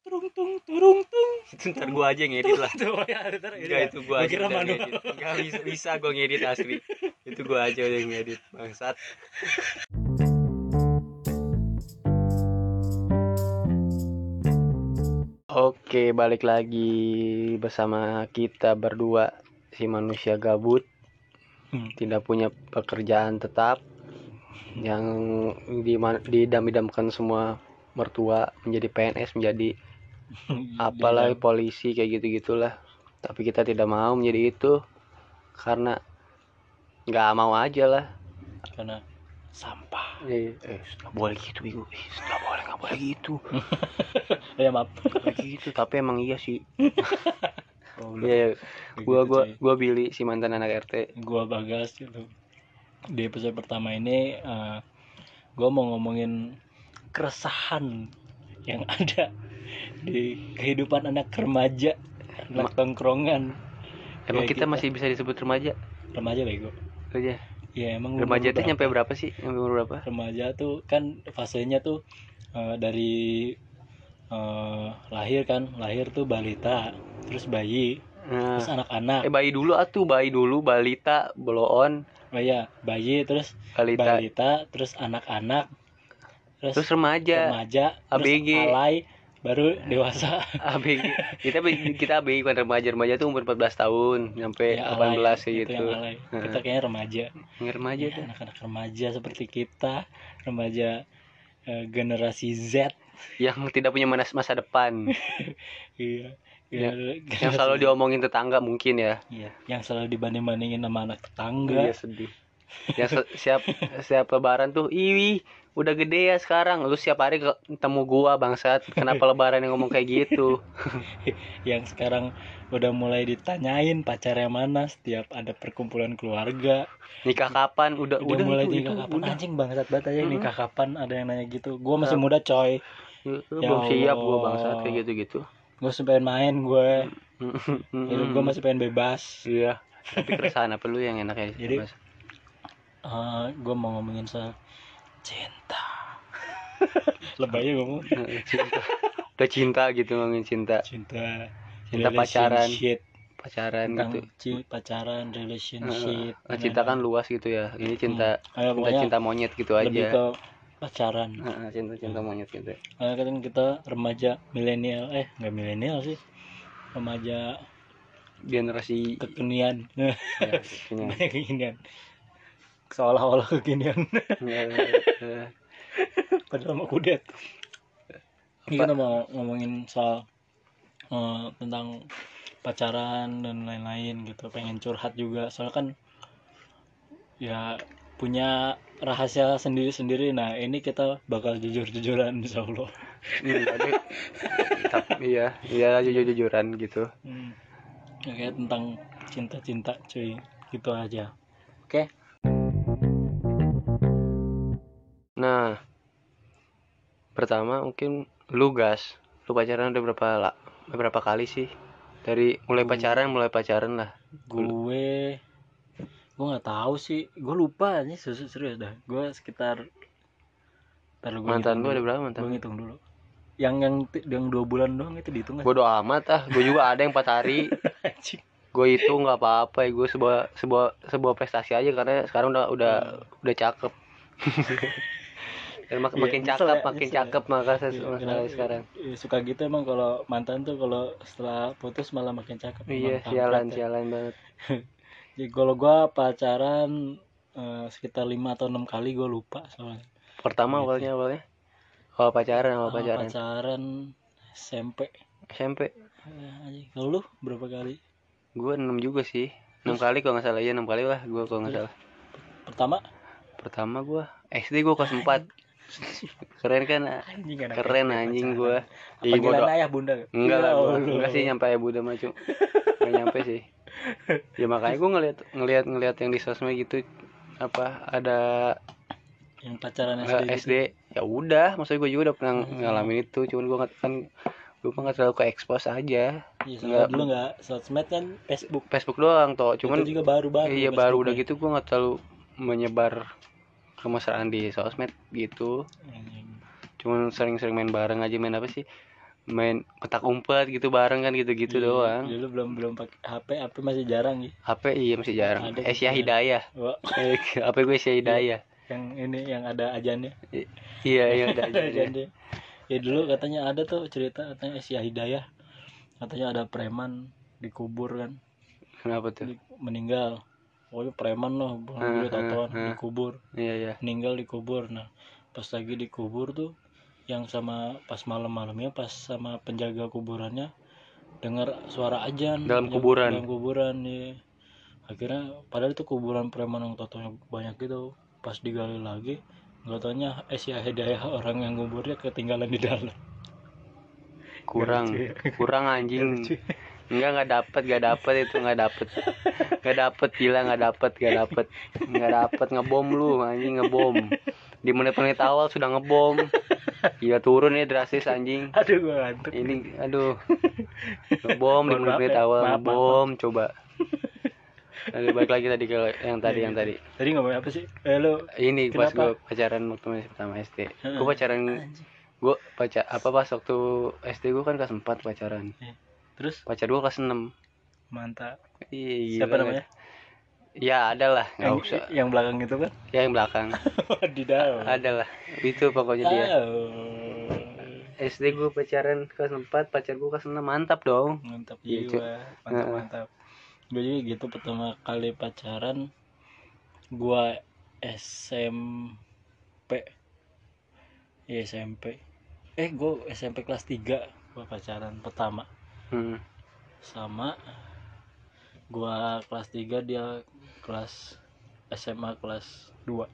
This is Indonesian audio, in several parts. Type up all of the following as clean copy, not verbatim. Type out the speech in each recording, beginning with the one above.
turung tung. Itu ntar gue aja yang ngedit lah. Enggak, itu gue aja yang ngedit. Enggak bisa gue ngedit asli. Itu gue aja yang ngedit, bangsat. Oke, balik lagi bersama kita berdua, si manusia gabut, tidak punya pekerjaan tetap, yang didam-idamkan semua mertua menjadi PNS, menjadi apalah polisi kayak gitu-gitulah. Tapi kita tidak mau menjadi itu karena nggak mau aja lah. Karena sampah. Nggak boleh gitu, Ibu. Nggak boleh gitu. Ya maaf. Kayak gitu, tapi emang iya sih. Iya, gua Billy, si mantan anak RT. Gua Bagas gitu. Di episode pertama ini gua mau ngomongin keresahan yang ada di kehidupan anak remaja, anak tongkrongan. Emang Kayak kita masih bisa disebut remaja? Remaja bego. Aja. Ya emang Remaja tuh nyampe berapa sih? Nyampe umur berapa? Remaja tuh kan fasenya tuh dari lahir tuh balita, terus bayi, terus anak-anak. Bayi dulu, balita, bloon. Oh iya, bayi, terus balita, terus anak-anak, terus remaja, ABG, terus alay, baru dewasa. ABG. Kita ABG kan remaja tuh umur 14 tahun sampai ya, 18 kayak gitu. Kita kayaknya remaja. Remaja ya, anak-anak remaja seperti kita, remaja generasi Z yang tidak punya masa depan. Iya. Yang selalu diomongin tetangga mungkin ya. Iya, yang selalu dibanding-bandingin sama anak tetangga. Iya, sedih. Yang siap lebaran tuh, "Ih, udah gede ya sekarang." Lu siap hari ketemu gua, bangsat. Kenapa lebaran yang ngomong kayak gitu? Yang sekarang udah mulai ditanyain pacarnya mana setiap ada perkumpulan keluarga. Nikah kapan? Udah mulai itu, nikah kapan? Anjing bangsat banget aja nikah kapan, ada yang nanya gitu. Gua masih muda, coy. Belum siap gua, bangsat, kayak gitu-gitu. Gue masih pengen main, gue masih pengen bebas. Iya. Tapi keresahan apa lu yang enaknya? Jadi gue mau ngomongin soal cinta. Lebaynya ngomong cinta. Udah cinta gitu, ngomongin cinta pacaran gitu. Pacaran, relationship. Cinta kan luas gitu ya. Ini cinta monyet gitu aja. Lebih ke pacaran. Cinta monyet gitu. Kan kita remaja milenial, nggak milenial sih, remaja generasi kekinian. Kekinian. Seolah-olah kekinian. Padahal mau kudet. Ini kita mau ngomongin soal tentang pacaran dan lain-lain gitu. Pengen curhat juga, soalnya kan ya punya rahasia sendiri-sendiri. Nah ini kita bakal jujur-jujuran, insyaallah. Iya jujur-jujuran gitu. Kayak tentang cinta cuy, gitu aja. Oke. Nah, pertama mungkin lu pacaran udah berapa kali sih? Dari mulai pacaran lah. Gue nggak tahu sih, gue lupa nih, serius dah. Gue sekitar mantan lu ada berapa mantan? Gue ngitung dulu. Yang 2 bulan doang itu dihitung. Bodo amat gue juga ada yang 4 hari. Gue itu nggak apa-apa ya, gue sebuah prestasi aja karena sekarang udah cakep. Dan makin cakep makanya sekarang. Suka gitu emang kalau mantan tuh, kalau setelah putus malah makin cakep. Iya, sialan banget. Jadi kalau gue pacaran sekitar 5 atau 6 kali, gue lupa soalnya. Pertama awalnya pacaran SMP. Kalau lu berapa kali? Gue 6 juga sih. 6 kali kalau nggak salah. Iya 6 kali lah gue kalau nggak salah. Pertama gue SD, gue kelas 4. Keren kan? Keren anjing gue. Panggilan ayah bunda? Enggak sih nyampe ayah bunda mah, nggak nyampe sih. Ya makanya gue ngeliat yang di sosmed gitu, apa ada yang pacaran SD. Ya udah, maksudnya gue juga udah pernah ngalamin itu, cuman gue nggak terlalu ke expose aja. Iya, dulu nggak sosmed kan, Facebook doang toh, cuman itu juga baru. Iya baru udah gitu, gue nggak terlalu menyebar kemesraan di sosmed gitu. Cuman sering-sering main bareng aja. Main apa sih? main petak umpet gitu bareng kan gitu-gitu Iya, doang. dulu belum pakai HP masih jarang ya. HP iya masih jarang. Ada Asia jarang. Hidayah. Wah, HP gue Asia Hidayah. yang ini yang ada ajannya. Iya iya ada Ada aja. ajannya. Ya dulu katanya ada tuh cerita katanya Asia Hidayah. Katanya ada preman dikubur kan, Kenapa tuh? meninggal. Pokoknya preman loh, bukan gue tatoan dikubur. Iya iya. Meninggal dikubur. Nah, pas lagi dikubur tuh yang sama pas malam-malamnya pas sama penjaga kuburannya dengar suara ajan Dalam kuburan. dalam kuburan ya. Akhirnya padahal itu kuburan preman yang totonya banyak gitu. Pas digali lagi nggak taunya Asia Hidayah orang yang kuburnya ketinggalan di dalam. Kurang anjing. Nggak dapet itu nggak dapet gila nggak dapet ngebom lu anjing ngebom di menit-menit awal sudah ngebom gila turun ya drastis anjing. Aduh gue ngantuk ini aduh ngebom di menit-menit awal ngebom coba. Aduh, balik lagi tadi ke yang tadi ngomong apa sih lo ini pas kenapa? gue pacaran waktu masih pertama SD gue pacaran pas waktu SD gue kan kelas 4 pacaran. Terus Pacar gue kelas 6. mantap. Ih, Siapa gila, namanya? Ya ada lah, nggak usah. Yang belakang itu kan? Ya yang belakang. Wadidaw. Ada lah, itu pokoknya dia. Oh. SD gue pacaran kelas 4, pacar gue kelas 6, mantap dong. Mantap Gitu. jiwa, mantap. Gue juga gitu pertama kali pacaran, gue SMP. Ya SMP. Gue SMP kelas 3 gue pacaran pertama. Sama gua kelas 3 dia kelas SMA kelas 2.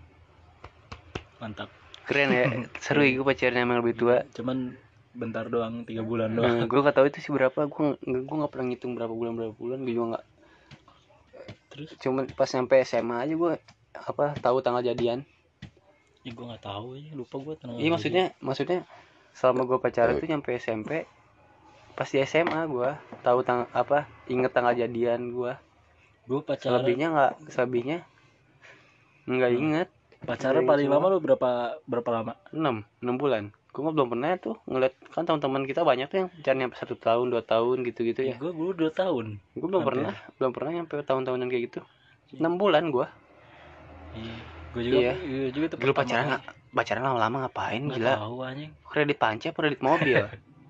Mantap. Keren ya. Seru ya gue pacarnya emang lebih tua. Cuman bentar doang, 3 bulan doang. Gue gak tahu itu sih berapa. Gue gak pernah ngitung berapa bulan. Gue juga gak. Terus cuman pas sampai SMA aja gue tahu tanggal jadian. Ya gue gak tahu ya, lupa gue tanggal. Iya maksudnya selama gue pacaran tuh nyampe SMP. Pas di SMA gue tahu inget tanggal jadian gue pacaran selebihnya nggak inget. Pacaran paling lama lu berapa lama? 6 bulan. Gue belum pernah tuh ngeliat kan teman-teman kita banyak tuh yang pacaran nyampe 1 tahun 2 tahun gitu ya. Gue 2 tahun. Gue belum pernah nyampe tahun-tahunan kayak gitu. 6 bulan gue. Iya. Gue juga tuh. Dulu pacaran lama-lama ngapain gak gila? Tahu anjing. Kredit panci apa kredit mobil?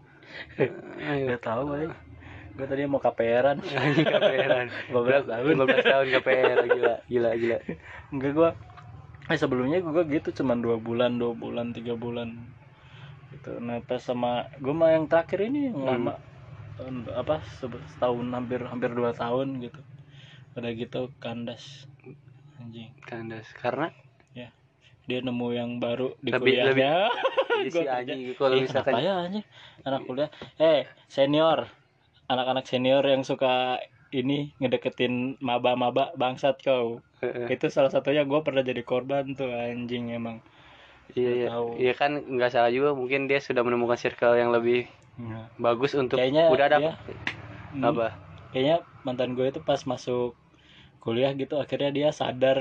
Gak tahu anjing. Gue tadi mau KPR-an. KPR-an 15 tahun KPR gila. Enggak gue. Sebelumnya gue gitu cuman 2 bulan, 3 bulan. Gitu. Nah, pas sama gue mah yang terakhir ini yang lama. Setahun hampir 2 tahun gitu. Udah gitu kandas. Anjing. Kandas karena ya dia nemu yang baru di kuliahnya. Isi anjing kalau misalkan anjing anak kuliah senior anak-anak senior yang suka ini ngedeketin maba bangsat kau. Itu salah satunya gue pernah jadi korban tuh anjing emang. Iya kan nggak salah juga mungkin dia sudah menemukan circle yang lebih bagus untuk kayaknya udah ada kayaknya mantan gue itu pas masuk kuliah gitu akhirnya dia sadar.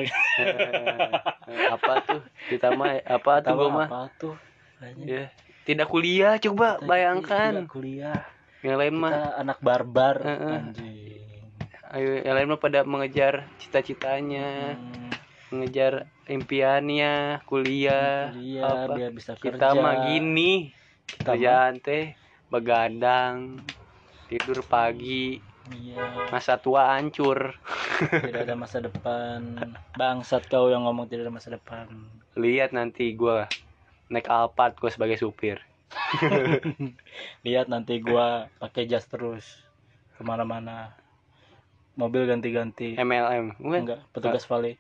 Apa tuh ditambah apa tuh gue mah ya tidak kuliah coba kita bayangkan tidak kuliah yang lain mah anak barbar anjing. Ayo yang lain mah pada mengejar cita-citanya mengejar impiannya kuliah biar bisa kerja. Kita mah gini kerjaan teh begadang tidur pagi. Iya. Masa tua hancur. Tidak ada masa depan. Bangsat kau yang ngomong tidak ada masa depan. Lihat nanti gue naik Alphard gue sebagai supir. Lihat nanti gue pakai jas terus kemana-mana. Mobil ganti-ganti. MLM. Enggak, petugas vale.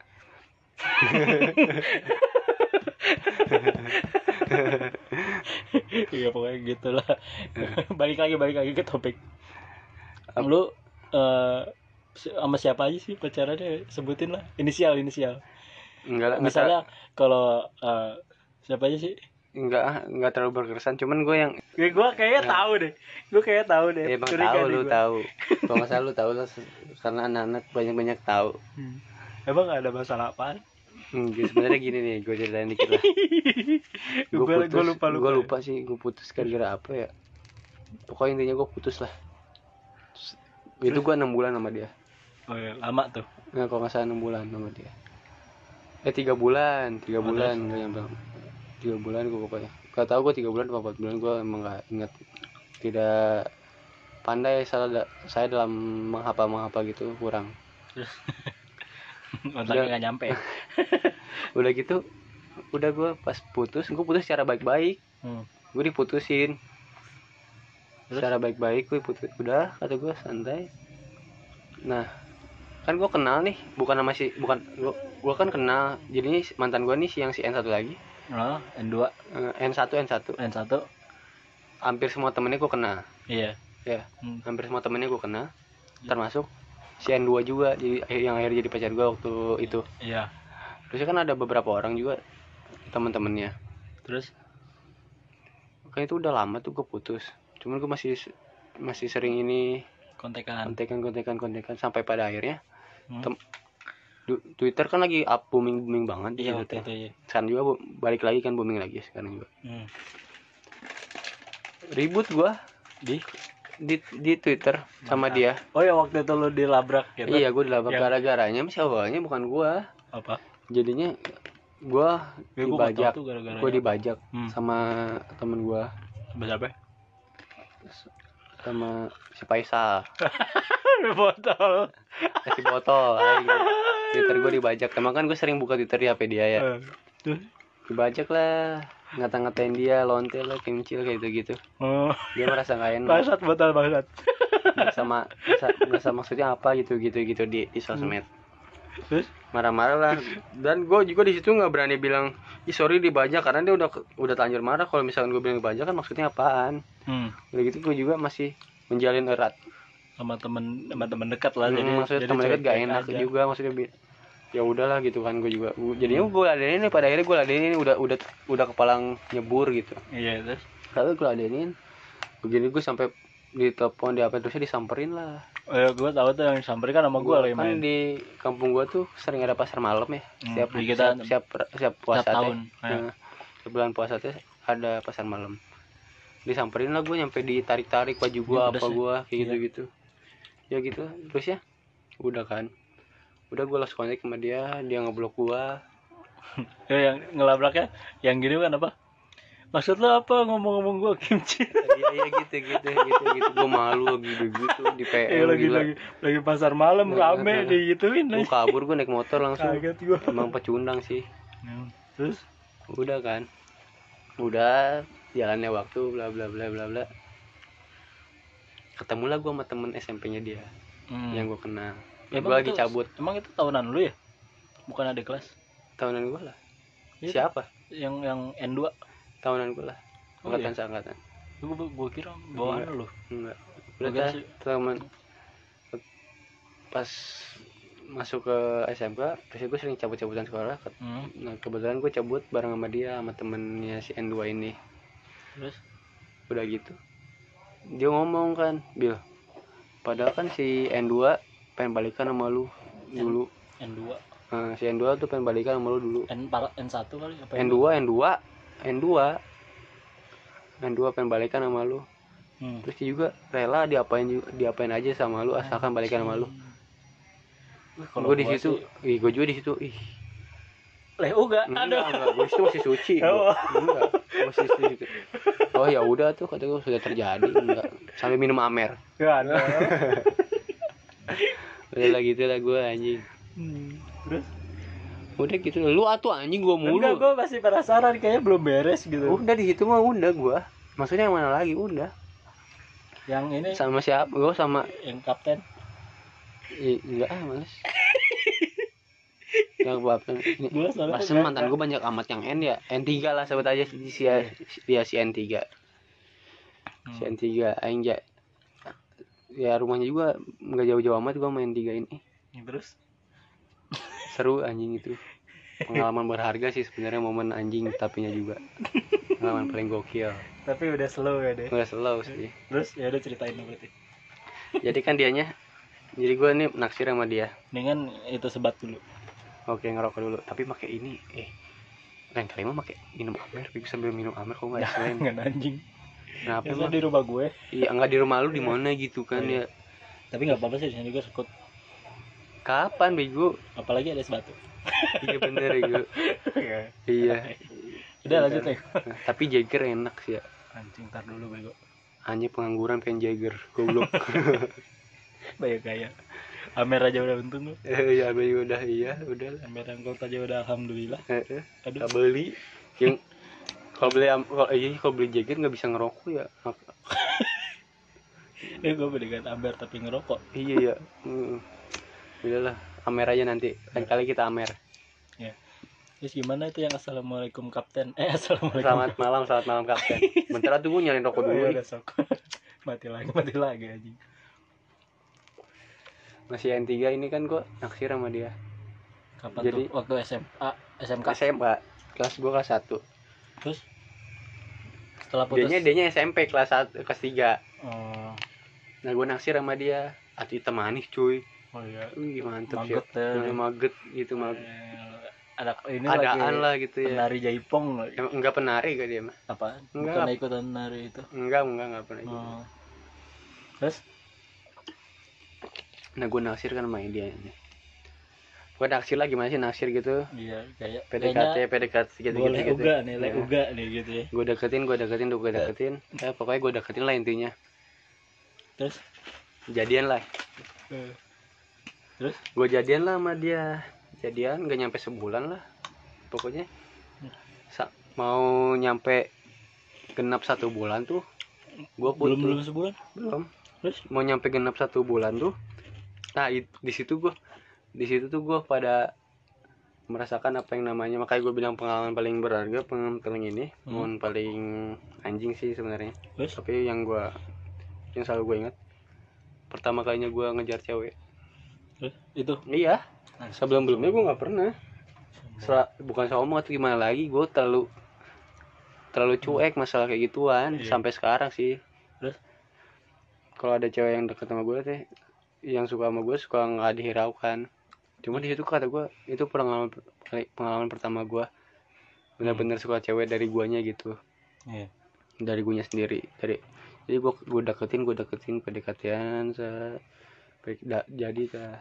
Iya pokoknya gitulah. Balik lagi ke topik. Lu sama siapa aja sih pacarannya? Sebutin lah inisial. Enggak lah. Misalnya kalau siapa aja sih? Enggak terlalu berkesan. Cuman gue yang gue kayaknya tahu deh. Ya, emang tahu lu tahu. Kalau nggak salah lu tahu lah karena anak-anak banyak tahu. Emang ada masalah apaan? Sebenarnya gini nih, gue ceritain dikit lah. Gue lupa sih, gue putus gara-gara apa ya? Pokoknya intinya gue putus lah. Itu gue 6 bulan sama dia. Oh iya, lama tuh. Nggak, kalau nggak salah 6 bulan sama dia. 3 bulan, 3 bulan nggak nyampe. 3 bulan gue pokoknya. Gak tau gue 3 bulan atau 4 bulan, gue emang nggak ingat. Tidak pandai saya dalam menghafal gitu, kurang. Otaknya nggak nyampe. Udah gitu, udah gue putus secara baik-baik. Gue diputusin secara baik-baik, gue putus. Udah, kata gue santai. Nah, kan gue kenal nih, bukan gue kan kenal. Jadi mantan gue nih si N1 lagi. Oh, N2. N1. Hampir semua temennya gue kenal. Iya. Ya, hampir semua temennya gue kenal. Termasuk si N2 juga, jadi yang akhirnya jadi pacar gue waktu itu. Iya. Terus kan ada beberapa orang juga teman-temannya. Terus kayak itu udah lama tuh gue putus. Cuman gue masih sering ini kontekan sampai pada akhirnya Twitter kan lagi up booming banget. Iya, waktu itu ya. Sekarang juga balik lagi kan, booming lagi sekarang juga. Ribut gue di Twitter sama dia. Oh ya, waktu itu lo dilabrak gitu. Iya, gue dilabrak gara-garanya masih awalnya bukan gue. Apa? Jadinya gue dibajak sama temen gue. Siapa? Sama si Faisal. Botol. Si botol. Twitter gue dibajak. Emang kan gue sering buka Twitter di HP dia ya. Dibajak lah, ngata-ngatain dia, lonte lah, kimcil kayak gitu. Dia merasa gak enak. Bangsat, botol bangsat. Merasa maksudnya apa gitu di sosmed. Terus marah-marah lah. Dan gue juga di situ nggak berani bilang, sorry dibajak, karena dia udah terlanjur marah. Kalau misalkan gue bilang dibajak kan maksudnya apaan? Udah gitu gue juga masih menjalin erat sama teman dekat lah. Maksudnya teman dekat gak enak aja. Juga maksudnya ya udahlah gitu kan. Gue juga jadinya gue ladenin, pada akhirnya gue ladenin udah kepalang nyebur gitu. Iya, terus lalu gue ladenin begini, gue sampai ditelepon, di apa terusnya disamperin lah. Gue tahu tuh yang disamperin kan sama gue lagi main. Kan di kampung gue tuh sering ada pasar malam ya. Setiap puasa tahun. Sebulan puasa tuh ada pasar malam. Disamperin lah gue, nyampe ditarik-tarik baju gue, apa gue kayak gitu-gitu. Ya gitu, terus ya udah gue lost contact sama dia ngeblok gue. Yang ngelabraknya yang gini kan apa? Maksud lo apa ngomong-ngomong gue kimchi? Iya gitu. Gue malu gitu di PM. Lagi pasar malam rame digituin. Gue kabur, gue naik motor langsung. Kaget gue. Emang pecundang sih. Terus udah jalannya waktu bla bla bla bla bla. Ketemulah gue sama temen SMP-nya dia. Yang gue kenal. Gue lagi cabut. Emang itu tahunan lu ya? Bukan adik kelas? Tahunan gue lah. Siapa? Yang N2. Tahunan gue lah. Angkatan seangkatan. Gue kira bawaan lu. Enggak. Udah teman. Pas masuk ke SMK, terus gue sering cabut-cabutan sekolah. Nah, kebetulan gue cabut bareng sama dia, sama temennya si N2 ini. Terus udah gitu dia ngomong kan, Bil, padahal kan si N2 pengen balikan sama lu dulu. N2. Si N2 tuh pengen balikan sama lu dulu. N1 kali apa? N2 pengen balikan sama lu. Terus dia juga rela diapain aja sama lu asalkan balikan sama lu. Gue di situ, gue juga di situ. Enggak, gue itu masih suci. Enggak, masih suci. Oh ya udah tuh, kata gue sudah terjadi. Enggak, sampai minum amer. Enggak ada. Udah lah gitu lah gue anjing. Terus udah gitu, lu atuh anjing gue mulu. Enggak, gue masih penasaran, kayaknya belum beres gitu. Udah di situ mah udah gue. Maksudnya yang mana lagi udah. Yang ini sama siapa? Gue sama yang kapten. Enggak males. Yang kapten. Pas mantan gue banyak amat yang N ya. N3 lah sebut aja dia si N3. Si N3 aing ya rumahnya juga enggak jauh-jauh amat, gue main 3 ini. Terus seru anjing itu. Pengalaman berharga sih sebenarnya, momen anjing tapinya juga. Pengalaman paling gokil. Tapi udah slow ya deh. Udah slow sih. Terus ya udah ceritain berarti. Jadi kan jadi gue nih naksir sama dia. Dengan itu sebat dulu. Oke, ngerokok dulu. Tapi pakai ini. Lain kali mah pakai minum amer. Bisa sambil minum amer kok nggak selain. Nggak anjing. Kenapa Biasa emang? di rumah gue. Iya, nggak di rumah lu di mana gitu kan Oh, iya. ya. Tapi nggak apa-apa sih di sini juga sekut. Kapan bego? Apalagi ada es batu. Iya bener bego. Iya. Iya. Udah lanjut nih. Nah, tapi Jagger enak sih ya. Anjing, tar dulu bego. Anjing pengangguran pengen Jagger. Goblok. Banyak gaya. Amer aja udah untung lu. Iya bego udah iya udah lah. Amer angkot aja udah alhamdulillah. Aduh. Nggak beli. Yang kalau beli Jagger nggak bisa ngerokok ya. Gue belikan Amer tapi ngerokok. Iya ya. Udahlah, Amer aja nanti. Lain kali kita Amer. Ya. Terus gimana itu yang assalamualaikum kapten? Assalamualaikum. Selamat malam kapten. Bentar tuh gue nyalain rokok dulu. Udah sok. mati lagi anjing. Masih N3 ini kan gue naksir sama dia. Kapan Jadi, tuh? Waktu SMA, SMK. SMA. Kelas gue kelas 1. Terus setelah putus. Dianya SMP kelas 1, kelas 3. Oh, Nah, gue naksir sama dia. Hati hitam manis cuy. oh iya. Wih, mantep sih. Maget ya. Maget gitu, Ada ini adaan lagi lah gitu ya. penari jaipong. Enggak penari gak dia mah? Apaan? Enggak. Bukan ikutan nari itu. Enggak pernah ikut. Oh. Terus Nah, gue naksir kan sama dia ini. Bukan naksir lah, gimana sih naksir gitu. iya kayak PDKT gitu boleh gitu. uga nih, Ya. uga nih gitu ya. Gue deketin. Pokoknya gue deketin lah intinya. Terus Jadian lah. Terus Gue jadian lah sama dia. Jadian gak nyampe sebulan lah. Pokoknya mau nyampe genap 1 bulan tuh gue putus. belum sebulan. Belum. Terus Mau nyampe genap 1 bulan tuh. Nah di situ tuh gue pada merasakan apa yang namanya, makanya gue bilang pengalaman paling berharga, pengalaman paling ini, pengalaman paling anjing sih sebenarnya. Terus Tapi yang selalu gue ingat, pertama kalinya gue ngejar cewek. itu Iya. Sebelumnya gue nggak pernah. Bukan sombong atau gimana lagi, gue terlalu cuek masalah kayak gituan. Iya. Sampai sekarang sih. Terus Kalau ada cewek yang deket sama gue teh, yang suka sama gue, suka nggak dihiraukan. Cuma di situ kata gue, itu pengalaman pertama gue benar-benar suka cewek dari guanya gitu. iya. Dari guanya sendiri. Jadi gue deketin PDKT-an jadi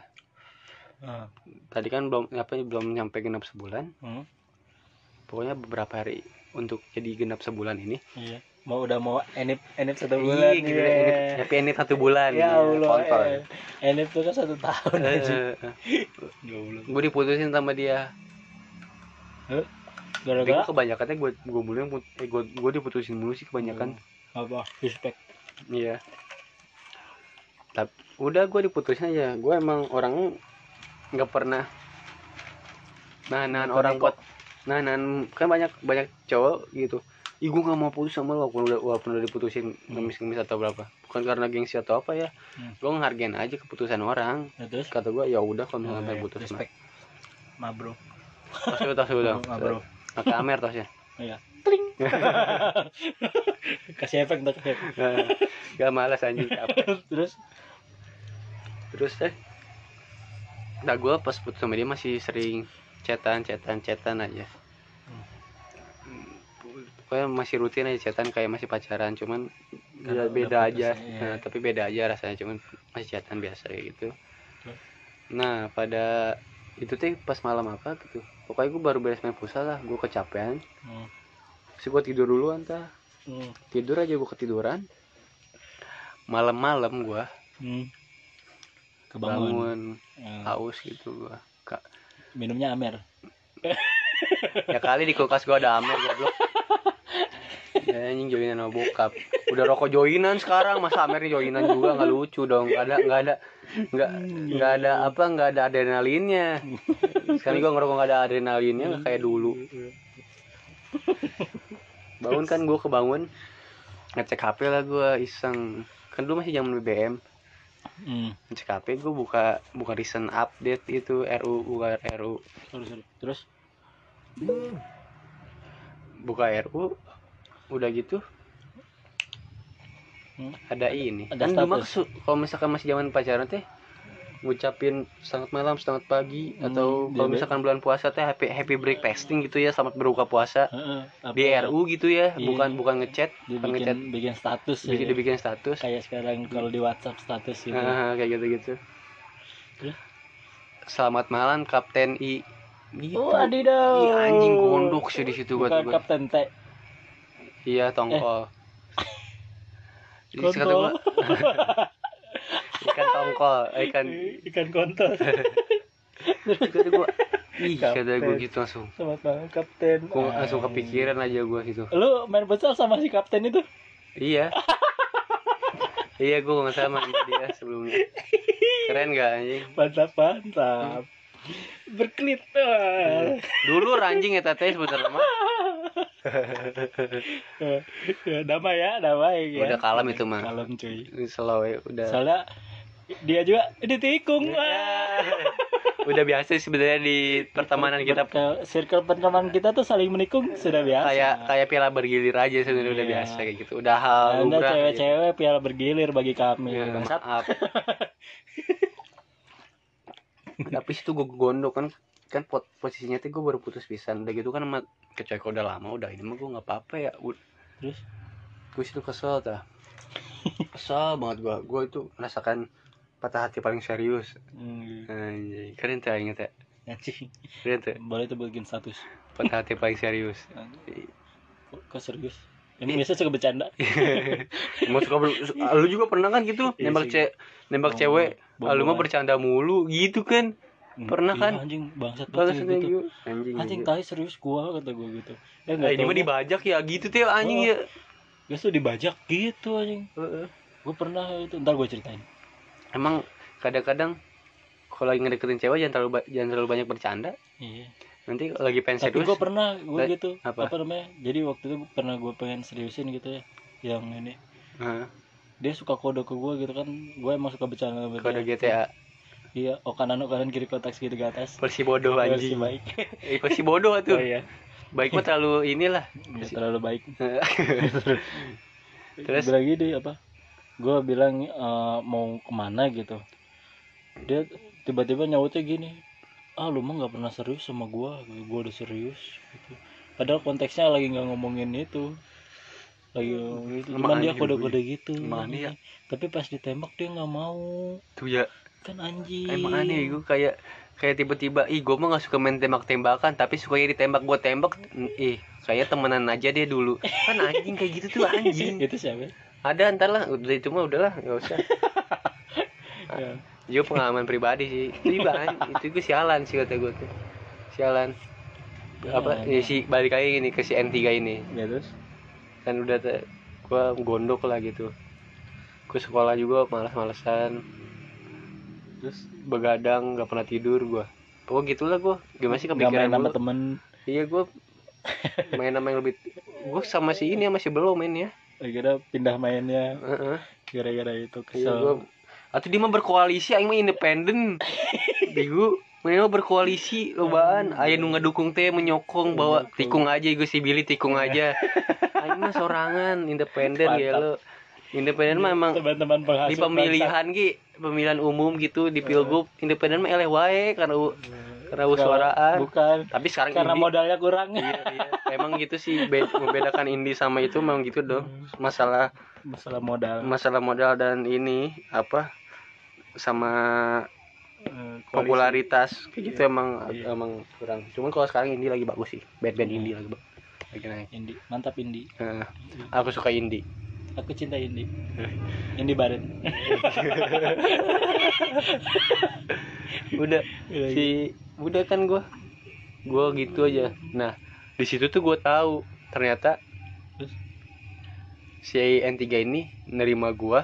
tadi kan belum nyampe genap sebulan. Pokoknya beberapa hari untuk jadi genap sebulan ini. Iya. Udah mau enip 1 bulan. Iya, gitu. Tapi enip 1 bulan. Ya Allah. Kontol. Enip tuh kan 1 tahun aja. Gue diputusin sama dia. Tapi Gara-gara gue kebanyakannya gue diputusin mulu sih kebanyakan. apa? Respect. Iya. Tapi udah gue diputusin aja. Gue emang orangnya nggak pernah nahan orang buat nahan, kan banyak cowok gitu. Ih, gue nggak mau putus sama lo walaupun udah diputusin ngemis atau berapa. Bukan karena gengsi atau apa ya. Gue ngehargain aja keputusan orang. Ya, terus Kata gue ya udah kalau misalnya pengen putus mah. respect. Ma bro. Tas udah. Ma bro. Pakai Amer tasnya. Iya. Tring. Kasih efek entar efek. Gak malas anjing capek. Terus nah gue pas putus sama dia masih sering chatan aja. Pokoknya masih rutin aja chatan kayak masih pacaran, cuman Karena beda udah putus, aja. iya. Nah, tapi beda aja rasanya, cuman masih chatan biasa kayak gitu. Nah pada itu teh pas malam apa gitu, pokoknya gue baru beres main futsal lah, gue kecapean. Terus gue tidur dulu entah. Tidur aja gue ketiduran. Malam-malam gue kebangun haus gitu gue. Minumnya Amer. Ya kali di kulkas gue ada Amer goblok. Ya anjing joinan sama bokap. Udah rokok joinan sekarang, masa Amernya joinan juga, nggak lucu dong. Nggak ada adrenalinnya. Sekarang gue ngerokok nggak ada adrenalinnya, nggak kayak dulu. Bangun kan gue kebangun, ngecek HP lah gue iseng. Kan dulu masih zaman BBM. Ngecek HP gue buka recent update itu RU. Terus Buka RU, udah gitu ada ini. Ada Kan dulu status. kalau misalkan masih zaman pacaran teh ngucapin selamat malam, selamat pagi, atau kalau misalkan bulan puasa teh happy breakfasting gitu ya, selamat berbuka puasa. Di RU gitu ya, iya, bukan ngechat, bukan ngechat, bikin status ya. dibikin status. Kayak sekarang kalau di WhatsApp status gitu. Kayak gitu-gitu. Terus? Selamat malam Kapten I. Gitu. Adidas. Ih, anjing gondok sih di situ gua. Bukan Kapten T. Iya, tongkol. Kata Kontol. gua, ikan tongkol, Ikan kontol. kata gua, ih, Kapten. kata gua gitu langsung. Selamat malam Kapten. Gua langsung kepikiran aja gua gitu. Lu main futsal sama si Kapten itu? Iya. Iya, gua nggak sama dia sebelumnya. Keren gak anjing? Mantap. Berkelit. Dulu ranjing ya teh sebenarnya mah. Ya, damai ya. Udah kalem itu mah. Kalem cuy. Slow ya, udah. Soalnya dia juga ditikung. Udah biasa sebenarnya di pertemanan kita. Circle pertemanan kita tuh saling menikung sudah biasa. Kayak piala bergilir aja sebenarnya. Udah biasa kayak gitu. Udah hal Anda lumrah. cewek-cewek piala bergilir bagi kami. Ya, Bangsat. maaf. Tapi situ gue gondok kan posisinya tuh gue baru putus pisan. Udah gitu kan sama kecewek udah lama, udah ini mah gue nggak apa-apa ya. Terus Gue situ kesel kesel banget gue itu merasakan patah hati paling serius. Anjay, keren tuh inget ya. Anjing. Keren tuh. Boleh tuh bikin status. Patah hati paling serius. Kok serius? Ini biasa suka bercanda. Mau suka lu juga pernah kan gitu nembak cewek, lu mah bercanda mulu gitu kan? Pernah kan? Anjing bangsat banget gitu. Anjing gitu. tahi serius gua kata gua gitu. Ya Ini mah dibajak ya gitu tuh anjing ya. Gak tuh dibajak gitu anjing. Gua pernah itu, ntar gua ceritain. Emang kadang-kadang kalau lagi ngedeketin cewek jangan terlalu banyak bercanda. Iya. Nanti lagi pengen serius. Tapi gue pernah gitu apa namanya, jadi waktu itu pernah gue pengen seriusin gitu ya, yang ini dia suka kode ke gue gitu kan, gue emang suka bercanda sama kode GTA. Iya, kanan kiri kotak segini ke atas. Versi bodoh anjing. Versi baik. Versi bodoh tuh. Oh iya. Baik mah terlalu inilah. Ya, terlalu baik. Terus bilang gini apa? Gue bilang mau kemana gitu. Dia tiba-tiba nyautnya gini, lu mah nggak pernah serius sama gue udah serius gitu. Padahal konteksnya lagi nggak ngomongin itu, lagi gitu. Cuman dia kode-kode gitu. Dia. Tapi pas ditembak dia nggak mau. Tuh ya. Kan anjing. Emang aneh gue kayak tiba-tiba, gue mah nggak suka main tembak-tembakan, tapi sukanya ditembak. Gue tembak, kayak temenan aja dia dulu. Kan anjing kayak gitu tuh anjing. Itu siapa? Ada ntar lah, udah itu mah udahlah, nggak usah. Ya. Juga pengalaman pribadi sih. Itu gue sialan sih kata gue tuh. Sialan. Si balik lagi ini ke si N3 ini. Ya terus? Kan udah gue gondok lah gitu. Gue sekolah juga malas-malesan. Terus begadang, nggak pernah tidur gue. Pokoknya gitulah gue. Gimana sih kepikiran sama temen? Iya gue main sama yang lebih. Gue sama si ini masih belum main ya. Kira pindah mainnya. Gara-gara itu kesel. Iya, atau dia mah berkoalisi, aing mah independen. Bego, mana mah berkoalisi lobaan. Aya nu ngadukung teh menyokong bawa tikung aja gue si Billy tikung aja. Aing mah sorangan independen ya lo. Independen mah emang teman-teman penghasil di pemilihan umum gitu di pilgub independen mah eleh wae karena suaraan. Bukan. Tapi sekarang karena modalnya kurang. Iya. Emang gitu sih membedakan indie sama itu memang gitu dong. Masalah modal dan ini apa sama popularitas kayak gitu emang kurang. Cuman kalau sekarang indie lagi bagus sih. Band indie lagi naik. Indie, mantap indie. Aku suka indie. Aku cinta indie. Indie Baren. udah kan gue gitu aja. Nah, di situ tuh gue tahu ternyata si N3 ini nerima gue.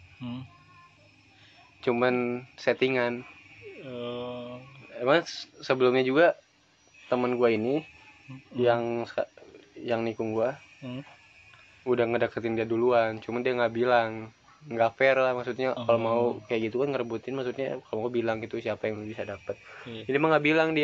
Cuman settingan. Emang sebelumnya juga teman gue ini yang nikung gue udah ngedeketin dia duluan, cuman dia nggak bilang, nggak fair lah maksudnya. Kalau mau kayak gitu kan ngerebutin, maksudnya kalau mau bilang gitu siapa yang bisa dapat. Jadi emang nggak bilang,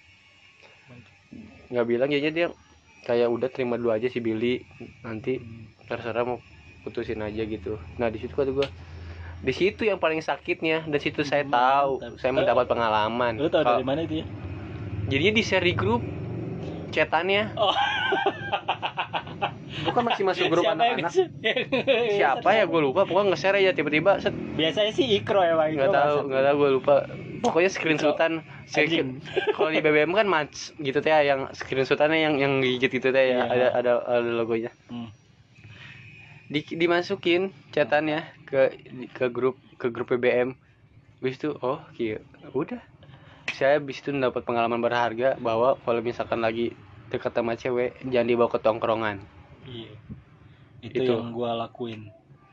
jadinya dia kayak udah terima dulu aja si Billy, nanti terserah mau putusin aja gitu. Nah di situ kata gue Di situ yang paling sakitnya, di situ saya tahu, saya mendapat pengalaman. Lu tahu dari mana itu ya? Jadinya di share di grup chatannya. Oh. Bukan masih masuk grup Siapa anak-anak. yang Siapa ya, gue lupa. Pokoknya nge-share aja tiba-tiba set. Biasanya sih Ikro ya Bang. Nggak tahu gue lupa. Pokoknya screenshotan. Kalau di BBM kan match gitu teh, yang screenshotannya yang gigit gitu teh ya. Iya. Ada logonya. Dimasukin chatannya ke grup BBM. Habis itu iya, udah. Saya habis itu mendapat pengalaman berharga bahwa kalau misalkan lagi dekat sama cewek jangan dibawa ke tongkrongan. Iya. Itu yang gua lakuin.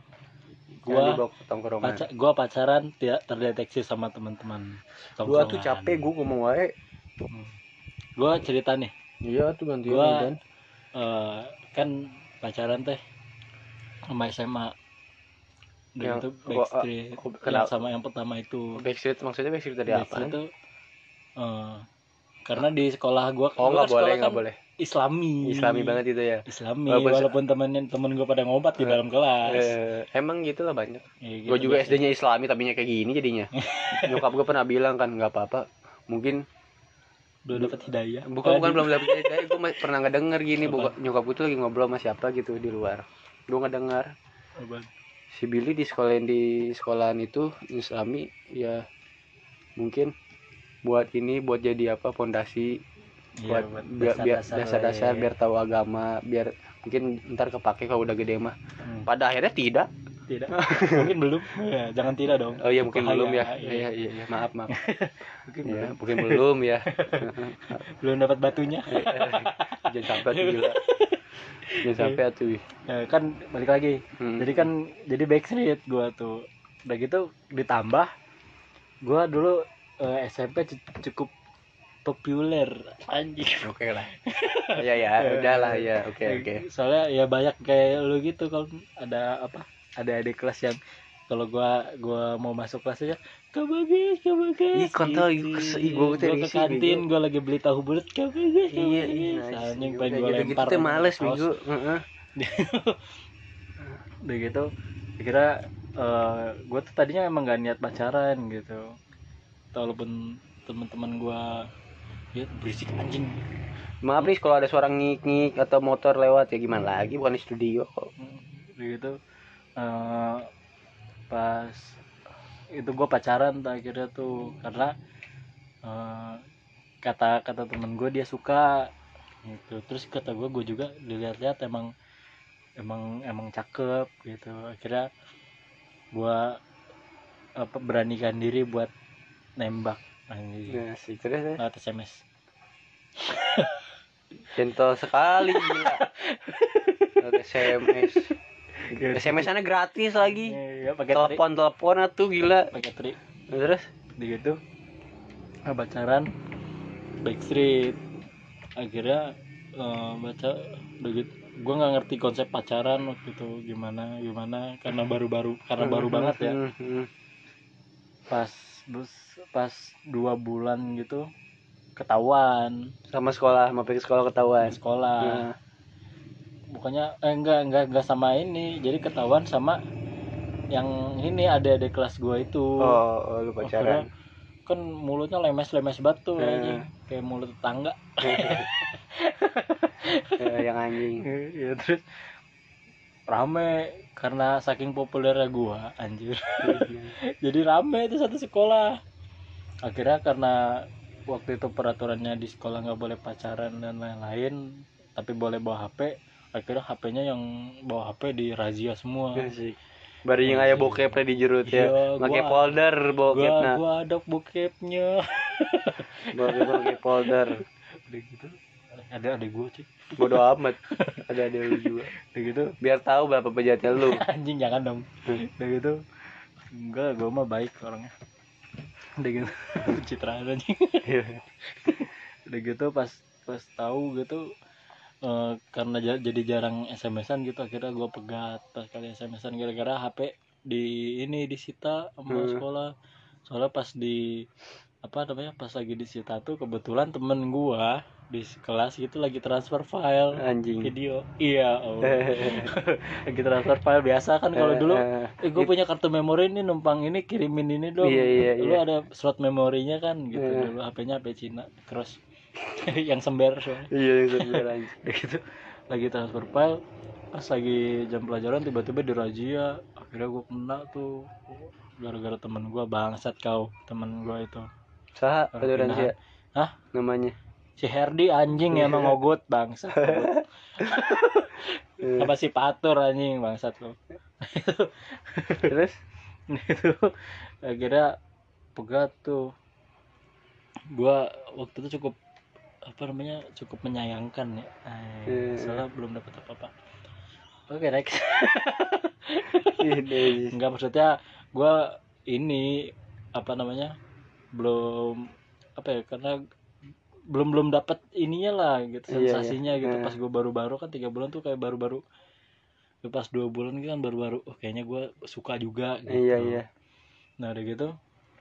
Gua pacaran tidak terdeteksi sama teman-teman. Gua tuh capek, gua ngomong wae. Gua cerita nih. Iya tuh gantian Gua dan kan pacaran teh sama SMA. Dan itu Backstreet. Yang sama yang pertama itu. Backstreet maksudnya Backstreet tadi apa? Backstreet itu karena di sekolah gua nggak boleh. Islami banget itu ya. Islami walaupun temen gue pada ngobat di dalam kelas. Emang gitu lah banyak. Gitu, gue juga SD-nya Islami tapinya kayak gini jadinya. Nyokap gue pernah bilang kan nggak apa-apa. Mungkin belum dapat hidayah. Bukan belum dapat hidayah. Gue pernah ngedenger gini. Nyokap gue tuh lagi ngobrol sama siapa gitu di luar. Gue ngedenger. Si Billy di sekolahan itu Islami ya, mungkin buat jadi apa, fondasi buat biar dasar-dasar biar tahu agama, biar mungkin ntar kepake kalau udah gede mah. Pada akhirnya tidak mungkin belum ya, jangan tidak dong. Oh iya mungkin belum ya. Iya maaf mungkin ya, mungkin belum ya. Belum dapat batunya. Jangan sampai tuh gila. Jangan sampai tuh ya, kan balik lagi. Jadi Backstreet gua tuh udah gitu ditambah gua dulu SMP cukup populer anjing. Oke lah. Ya udahlah ya. Oke. Soalnya ya banyak kayak lu gitu, kalau ada adik kelas yang kalau gua mau masuk kelas aja Kak Bagas. Ih kontol gua ke kantin, gua lagi beli tahu bulat Kak Bagas. Iya. Anjing pengen gua lempar. Gitu males minggu. Udah gitu kira gua tuh tadinya emang gak niat pacaran gitu. Walaupun teman-teman gua ya berisik anjing. Maaf nih kalau ada suara ngik atau motor lewat ya gimana lagi, bukan di studio kok. Gitu pas itu gue pacaran akhirnya tuh karena kata temen gue dia suka gitu. Terus kata gue juga dilihat-lihat emang cakep gitu. Akhirnya gue beranikan diri buat nembak nah sih terus lewat SMS. Gentle sekali gila. SMS. SMS-annya gratis lagi. Iya, pakai telepon tuh gila. Pakai tri. Terus gitu. Pacaran Backstreet. Akhirnya baca begitu. Gue nggak ngerti konsep pacaran waktu itu gimana karena baru banget ya. Pas 2 bulan gitu ketahuan sama pergi sekolah ketahuan. Bukannya enggak sama ini, jadi ketahuan sama yang ini ada kelas gua itu. Lu pacaran. Kan mulutnya lemes batu aja kayak mulut tetangga. Yang anjing. Ya terus rame karena saking populernya gua anjir. Jadi rame itu satu sekolah. Akhirnya karena waktu itu peraturannya di sekolah nggak boleh pacaran dan lain-lain, tapi boleh bawa HP. Akhirnya HP-nya yang bawa HP dirazia semua. Bari yang aya bokep di jerut ya. Pakai folder bokepna. Gua ada bokepnya. Pakai folder. Udah gitu. Ada gua, cuy. Bodoh amat. Ada lu juga. Udah gitu. Biar tahu berapa penjahatnya lu. Anjing jangan dong. Udah gitu. Enggak, gua mah baik orangnya. Udah gitu. Pencitraan anjing. Udah gitu pas tahu gitu karena jadi jarang SMS-an gitu, akhirnya gue pegat pas kali SMS-an gara-gara HP disita sama sekolah. Soalnya pas lagi disita tuh kebetulan temen gue di kelas gitu lagi transfer file Anjing. video. Iya, oh. Lagi transfer file biasa kan kalau dulu gue punya kartu memori ini, numpang ini kirimin ini dong. Iya, Lu iya. ada slot memorinya kan gitu. Dulu HP-nya HP Cina terus yang sember soalnya. Iya itu anjing. Udah gitu lagi transfer file, pas lagi jam pelajaran tiba-tiba dirazia. Akhirnya gue kena tuh gara-gara temen gue, bangsat kau temen gue itu. Saha Orang aturan pindahan. sih Hah? namanya? Si Herdi anjing emang ngogot bangsat. Apa si Patur anjing bangsat lo. Terus Itu akhirnya pegat tuh. Gua waktu itu cukup cukup menyayangkan ya. Soalnya belum dapat apa-apa. Oke, next. Enggak, maksudnya gua ini belum karena belum dapat ininya lah gitu, sensasinya gitu. Pas gue baru-baru kan 3 bulan tuh kayak baru-baru, pas 2 bulan kan baru-baru kayaknya gue suka juga gitu. Iya. Nah udah gitu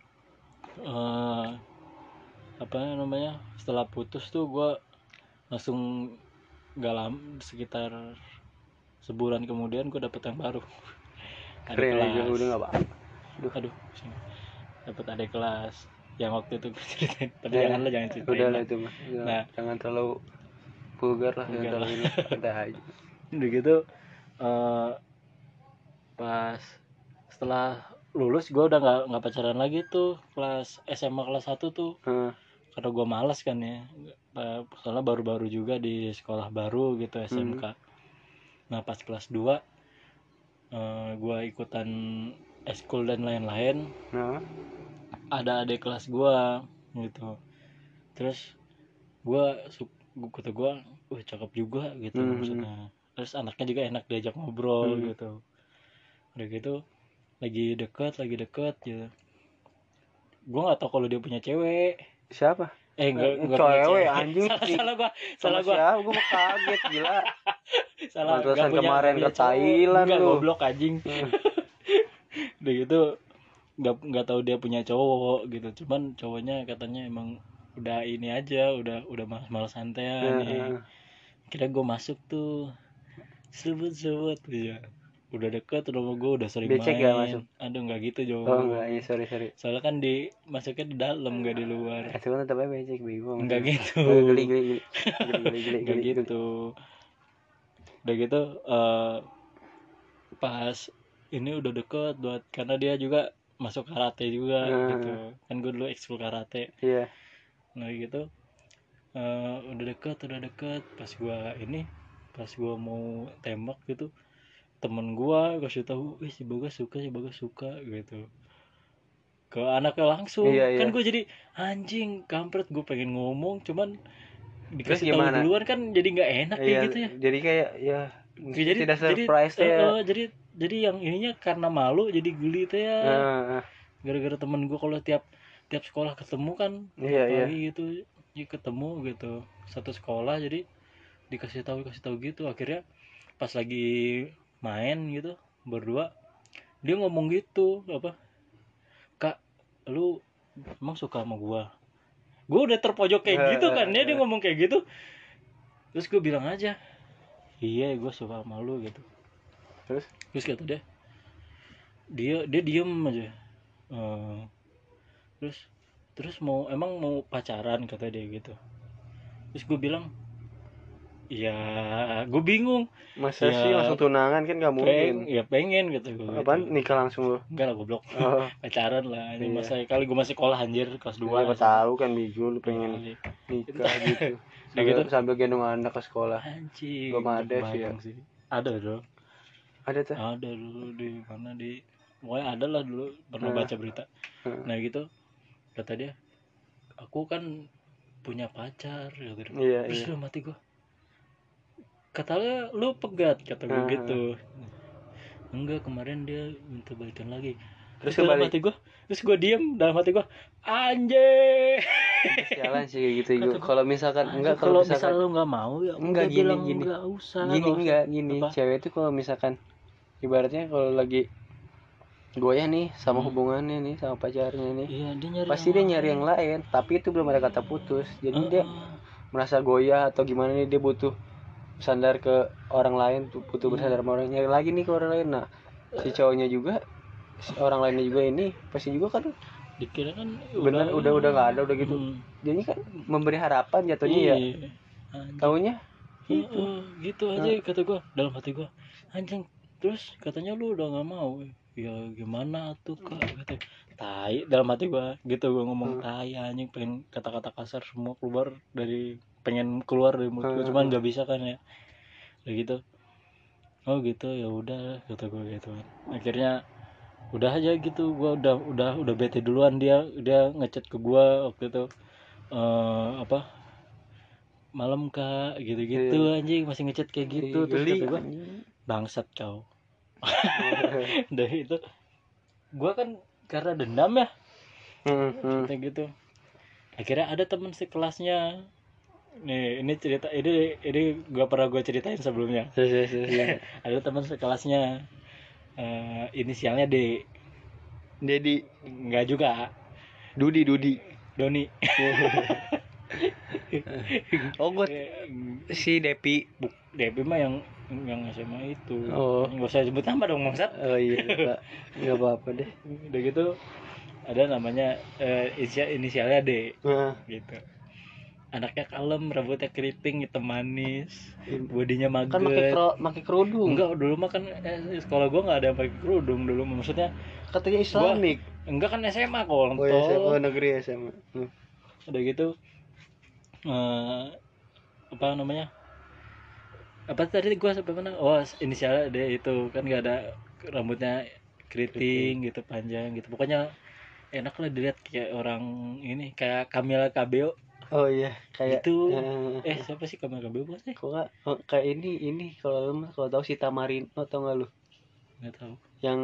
setelah putus tuh gue langsung gak lama, sekitar sebulan kemudian gue dapet yang baru. Ada kelas. Udah nggak apa. Aduh, dapet ada kelas yang waktu itu gue ceritain, tapi jangan ceritain. Udah lah itu mah. Nah, jangan terlalu vulgar lah, jangan terlalu ini. Udah aja. Udah gitu pas setelah lulus gue udah nggak pacaran lagi tuh, kelas SMA kelas 1 tuh. Karena gue malas kan ya, soalnya baru-baru juga di sekolah baru gitu, SMK. Nah pas kelas 2 gue ikutan eskul dan lain-lain. Ada adik kelas gue gitu, terus kata gue cakep juga gitu. Maksudnya terus anaknya juga enak diajak ngobrol gitu. Udah gitu lagi deket gitu, gue nggak tahu kalau dia punya cewek. Siapa? Enggak cewek anjing. salah gua mau kaget gila. Salah, pantesan kemarin ke Thailand lu. Goblok anjing. Udah gitu nggak tahu dia punya cowok gitu, cuman cowoknya katanya emang udah ini aja, udah malas santean nih. Kira gue masuk tuh sebut ya, udah deket, udah mau gue udah sering becek main. Gak masuk? Aduh nggak gitu jauh. Oh enggak, ya sorry. Soalnya kan masuknya di dalam, nggak di luar. Itu kan tetap becek bego. Nggak gitu. Geli. Nggak gitu. Udah gitu pas ini udah deket buat, karena dia juga masuk karate juga gitu kan, gue dulu ekskul karate. Nah gitu udah deket pas gue mau tembak gitu, temen gue kasih tahu, si Bagas suka gitu ke anaknya langsung. Kan gue jadi anjing kampret, gue pengen ngomong cuman dikasih tahu duluan kan, jadi nggak enak kayak gitu ya. Jadi kayak ya jadi tidak surprise ya. Jadi yang ininya karena malu jadi geli tuh ya. Gara-gara temen gue kalau tiap sekolah ketemu kan, pagi gitu ya ketemu gitu satu sekolah, jadi dikasih tahu gitu. Akhirnya pas lagi main gitu berdua, dia ngomong gitu, Kak lu emang suka sama gue udah terpojok kayak gitu kan ya, dia ngomong kayak gitu. Terus gue bilang aja, iya gue suka sama lu gitu. Terus kata dia diem aja. Terus mau pacaran kata dia gitu. Terus gue bilang, ya gue bingung. Masa sih langsung tunangan kan gak mungkin. Pengen gitu gue. Apaan gitu. Nikah langsung lo? Enggak lah goblok. Pacaran lah. Ini masa kali gue masih sekolah anjir kelas 2. Gue tahu kan bego lu pengen nikah gitu. Sambil gendong anak ke sekolah. Anjing. Belum ada sih. Ada dong. Ada tuh. Ada dulu di mana pokoknya ada lah dulu, pernah baca berita. Nah gitu kata dia, aku kan punya pacar gitu. Terus lu mati gue, kata lu pegat, kata gue gitu. Enggak, kemarin dia minta balikan lagi. Terus dalam hati gue, terus gue diem, dalam hati gue anjay. Sialan sih kayak gitu. Kalau misalkan kalau misalkan lu nggak mau ya enggak, gini nggak usah. Gini cewek itu kalau misalkan ibaratnya kalau lagi goyah nih sama hubungannya nih sama pacarnya nih, pasti dia nyari yang lain, tapi itu belum ada kata putus. Jadi dia merasa goyah atau gimana nih, dia butuh bersandar ke orang lain, butuh bersandar sama orang, nyari lagi nih ke orang lain. Nah si cowoknya juga, si orang lainnya juga ini pasti juga kan dikira kan bener udah nggak ada udah gitu. Jadinya kan memberi harapan jatuhnya ya, anjing. taunya gitu. Gitu aja kata gua dalam hati gua, anjing. Terus katanya lu udah nggak mau, ya gimana tuh kak, kata tai dalam hati gua gitu. Gua ngomong tai anjing, pengen kata-kata kasar semua keluar dari, pengen keluar dari mulut gua, cuman nggak bisa kan ya, kayak gitu. Oh gitu, ya udah kata gua gitu kan. Akhirnya udah aja gitu, gua udah bete duluan. Dia ngechat ke gua waktu itu, apa, malam kak gitu-gitu. Anjing masih ngechat kayak gitu. Terus kata gua, bangsat kau. Dari itu gua kan karena dendam ya, kayak gitu. Akhirnya ada teman sekelasnya nih, ini cerita ini gua pernah gua ceritain sebelumnya. Ada teman sekelasnya, inisialnya D. Dedi, Enggak juga, Dudi Doni. oh gue si Depi. Depi mah yang SMA itu. Oh. Nggak usah sebut nama dong, maksud. Oh iya Pak, nggak apa-apa deh. Udah gitu ada namanya, inisialnya D. Gitu. Anaknya kalem, rambutnya keriting, hitam manis, bodinya maget. Kan pakai kerudung. Enggak, dulu mah kan sekolah gua nggak ada yang pakai kerudung dulu. Maksudnya Katanya Islamik. Enggak kan SMA kontol. Oh ya, SMA negeri SMA. Udah gitu, apa namanya? Apa tadi gua sampai mana? Oh, inisialnya D itu kan, nggak ada rambutnya keriting gitu, panjang gitu. Pokoknya enak lah dilihat, kayak orang ini, kayak Camila Cabello. Oh iya, kayak itu siapa sih Camila Cabello bukan sih? Kok gak, kayak ini kalau tahu si Tamarino, tau nggak lu? Nggak tahu. Yang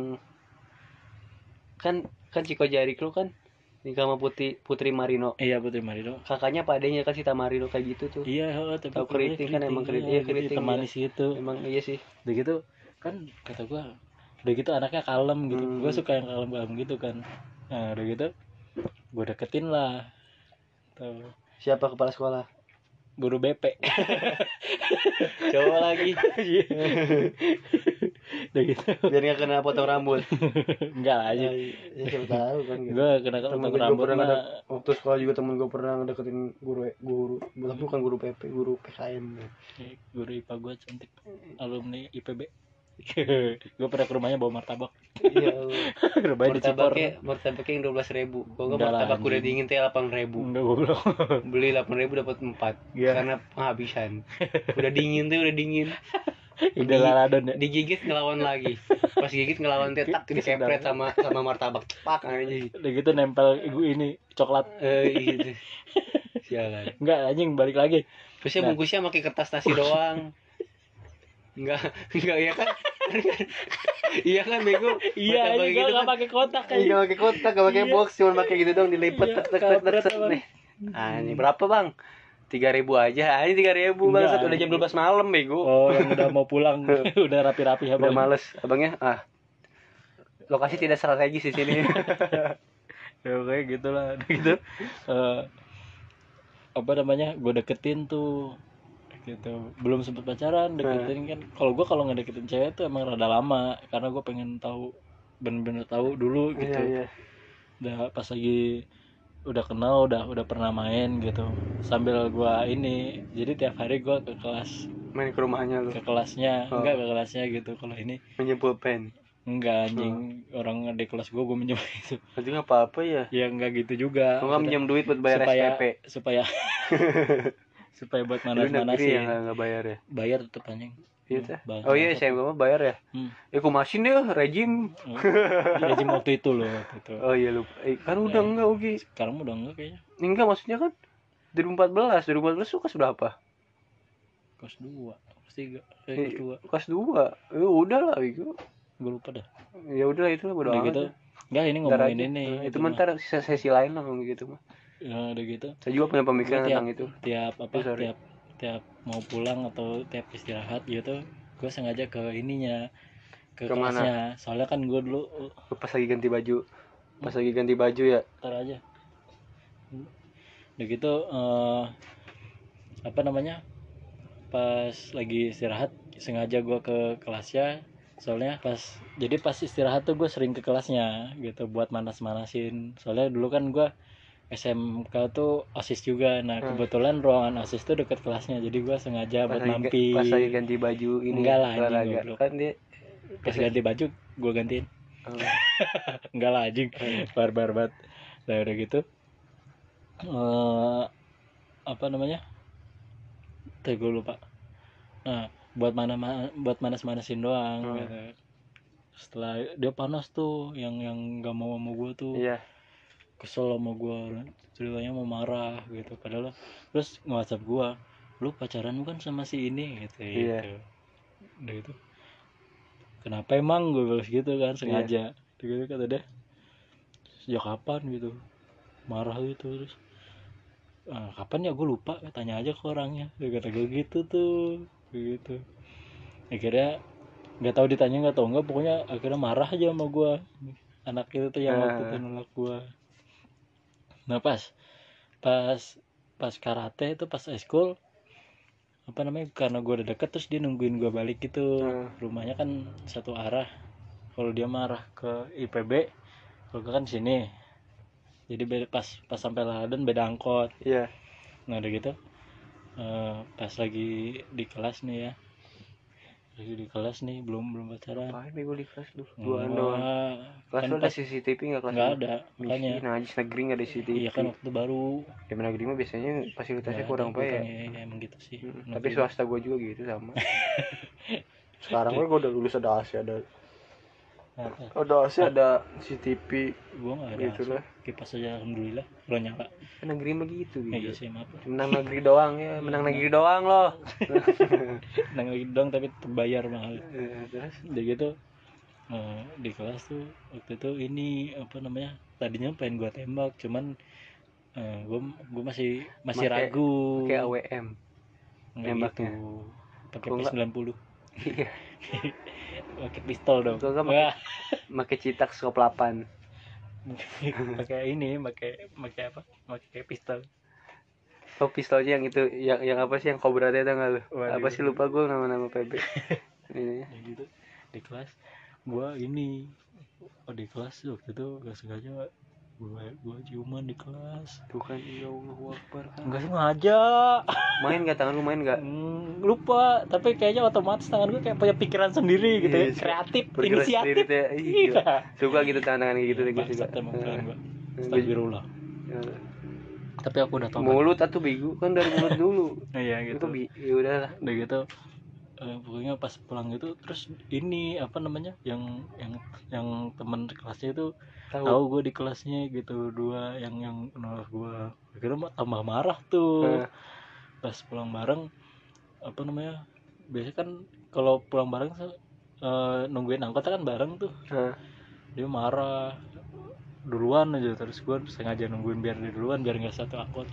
kan Chico Jericho kan nikah sama Putri Marino. Iya, Putri Marino. Kakaknya apa adanya kan si Tamarino kayak gitu tuh. Iya, tapi tahu keriting kan, emang keriting. Iya, keriting manis gitu. Emang iya sih. Udah gitu kan kata gua, udah gitu anaknya kalem gitu. Gua suka yang kalem-kalem gitu kan. Nah, udah gitu gua deketin lah. Tuh. Siapa kepala sekolah? Guru BP. Cowok lagi. Udah gitu. Biar nggak kena potong rambut. Enggak lah aja. Ya siapa tahu kan gitu. Gua kena potong rambut mah. Waktu sekolah juga temen gue pernah deketin guru, bukan guru PP, guru PKM. Guru IPA gua cantik, alumni IPB. Gue pernah ke rumahnya bawa martabak. Iya. Rumahnya dicipor. Martabaknya yang 12.000. Kalau nggak martabak udah dingin teh 8.000. Enggak, goblok. Beli 8.000 dapat 4. Karena penghabisan. Udah dingin. Udah laladon ya. Digigit ngelawan lagi. Pas gigit ngelawan tetak dikepret sama martabak. Pak aja. Udah gitu nempel ini coklat. Gitu. Sialan. Enggak, anjing balik lagi. Terusnya bungkusnya pakai kertas nasi doang. Enggak ya kan? Iya kan bego. Iya, enggak gitu pakai kotak kan. Enggak pakai kotak, enggak pakai box, cuma pakai gitu dong, dilipat tek nih. Ini berapa, Bang? 3.000 aja. Ini 3.000 Bang, udah jam 12 malam bego. Oh, yang udah mau pulang, udah rapi-rapi Udah males. Abangnya, lokasi tidak strategis di sini. Ya kayak gitulah, gitu. Apa namanya? Gue deketin tuh. Gitu, belum sempet pacaran, deketin kan. Kalau nggak deketin cewek tuh emang rada lama, karena gue pengen tahu, bener-bener tahu dulu gitu. Iya. Udah pas lagi udah kenal, udah pernah main gitu, sambil gue ini, jadi tiap hari gue ke kelas, main ke rumahnya lu, ke kelasnya. Enggak ke kelasnya gitu. Kalau ini minjem pulpen. Enggak anjing, orang di kelas gue minjem itu. Berarti nggak apa-apa ya? Ya enggak gitu juga. Gue minjem duit buat bayar SPP supaya supaya buat manas-manasin. Yang nggak bayar ya? Bayar tetep anjing. Iya. Oh iya, saya nggak mau bayar ya. Kumasin deh rejim. Rejim waktu itu loh. Oh iya lupa. Kan udah enggak Ugi. Sekarang udah enggak kayaknya. Enggak, maksudnya kan 2014 suka sudah apa? Kelas 2, kelas 3, kelas 2. Ya udah lah itu. Gue lupa dah. Ya udah itulah bodo amat. Gitu. Enggak, ini ngomongin ini. Itu bentar sesi lain lah ngomong gitu mah. Ya udah gitu. Saya juga punya pemikiran tentang itu. Tiap mau pulang atau tiap istirahat gitu, gue sengaja ke ininya, ke kelasnya. Soalnya kan gue dulu pas lagi ganti baju ya. Ntar aja. Udah gitu apa namanya, pas lagi istirahat sengaja gue ke kelasnya, soalnya pas istirahat tuh gue sering ke kelasnya gitu buat manas-manasin, soalnya dulu kan gue SMK tuh OSIS juga. Nah kebetulan ruangan OSIS tuh deket kelasnya, jadi gue sengaja buat pas lagi mampir. ganti baju ini Enggak lah anjing, olahraga goblok. kan dia Pas ganti baju gue gantiin. Enggak lah anjing, barbar banget. Nah udah gitu apa namanya, tuh gue lupa. Nah buat manas-manasin doang gitu. Setelah dia panas tuh, yang nggak mau sama gue tuh, iya kesel sama gue, ceritanya mau marah gitu, padahal terus nge-WhatsApp gue, lu pacaran kan sama si ini gitu. iya Gitu udah gitu, kenapa emang gue balas gitu kan, sengaja gitu kata dia, sejak kapan gitu, marah gitu. Terus kapan ya gue lupa, tanya aja ke orangnya, dia kata gue gitu tuh gitu. Akhirnya nggak tahu ditanya nggak tahu nggak, pokoknya akhirnya marah aja sama gue, anak itu tuh yang waktu itu nolak gue. Nah pas pas karate itu, pas high school, apa namanya, karena gue udah deket, terus dia nungguin gue balik gitu. Rumahnya kan satu arah, kalau dia marah ke IPB, kalau gue kan sini, jadi beda, pas sampai Laden beda angkot. iya Nah udah gitu pas lagi di kelas nih ya, lagi di kelas nih, belum pacaran. ngapain bego di kelas lu duaan doang. Kelas Kan lu ada pas CCTV nggak kelas nggak lu? ada, makanya Miskin najis negeri nggak ada CCTV. iya kan waktu itu baru Di negeri mah biasanya fasilitasnya nggak ada, kurang pak ya. emang gitu sih. Tapi Negeri swasta gue juga gitu sama. Sekarang gue udah lulus ada AC, ada AC, ada CCTV gue nggak ada gitu lah. kipas aja alhamdulillah kalau nyala. Kan negeri mah gitu Iya sih, maaf. menang negeri doang ya, menang negeri doang loh. Menang lagi dong tapi terbayar mahal. Terus Udah gitu di kelas tuh waktu itu ini apa namanya, tadinya pengen gue tembak, cuman gue masih ragu. pakai AWM Nggak nembaknya gitu, pakai Kok nggak? P90. Iya. Pakai pistol dong. Kok nggak Wah, pakai citak skop 8. pakai ini, pakai apa, pakai pistol. Oh pistolnya yang itu, yang apa sih, yang Cobra itu nggak lu? Waduh. Apa sih, lupa gue nama PB. Ini Ya gitu di kelas gua ini, di kelas waktu itu gak sengaja gua ciuman di kelas. tuh kan, ya Allahu Akbar kan. Nggak sengaja. Main nggak tangan lu, main nggak? Lupa, tapi kayaknya otomatis tangan gue kayak punya pikiran sendiri gitu ya, Iya, kreatif, bergerak inisiatif. sendiri, iya. Suka gitu tangan gitu deh gue Bangsat juga. emang tangan gua. Astagfirullah. Tapi aku udah tobat. Mulut atau bego kan, dari mulut dulu. Iya gitu. Ya udahlah. Udah gitu pokoknya pas pulang gitu, terus ini apa namanya, yang teman kelasnya itu tahu gue di kelasnya gitu, dua yang nolak gue. Akhirnya tambah marah tuh. Pas pulang bareng, apa namanya, biasanya kan kalau pulang bareng nungguin angkot kan bareng tuh. Dia marah duluan aja, terus gue sengaja nungguin biar dia duluan, biar nggak satu angkot.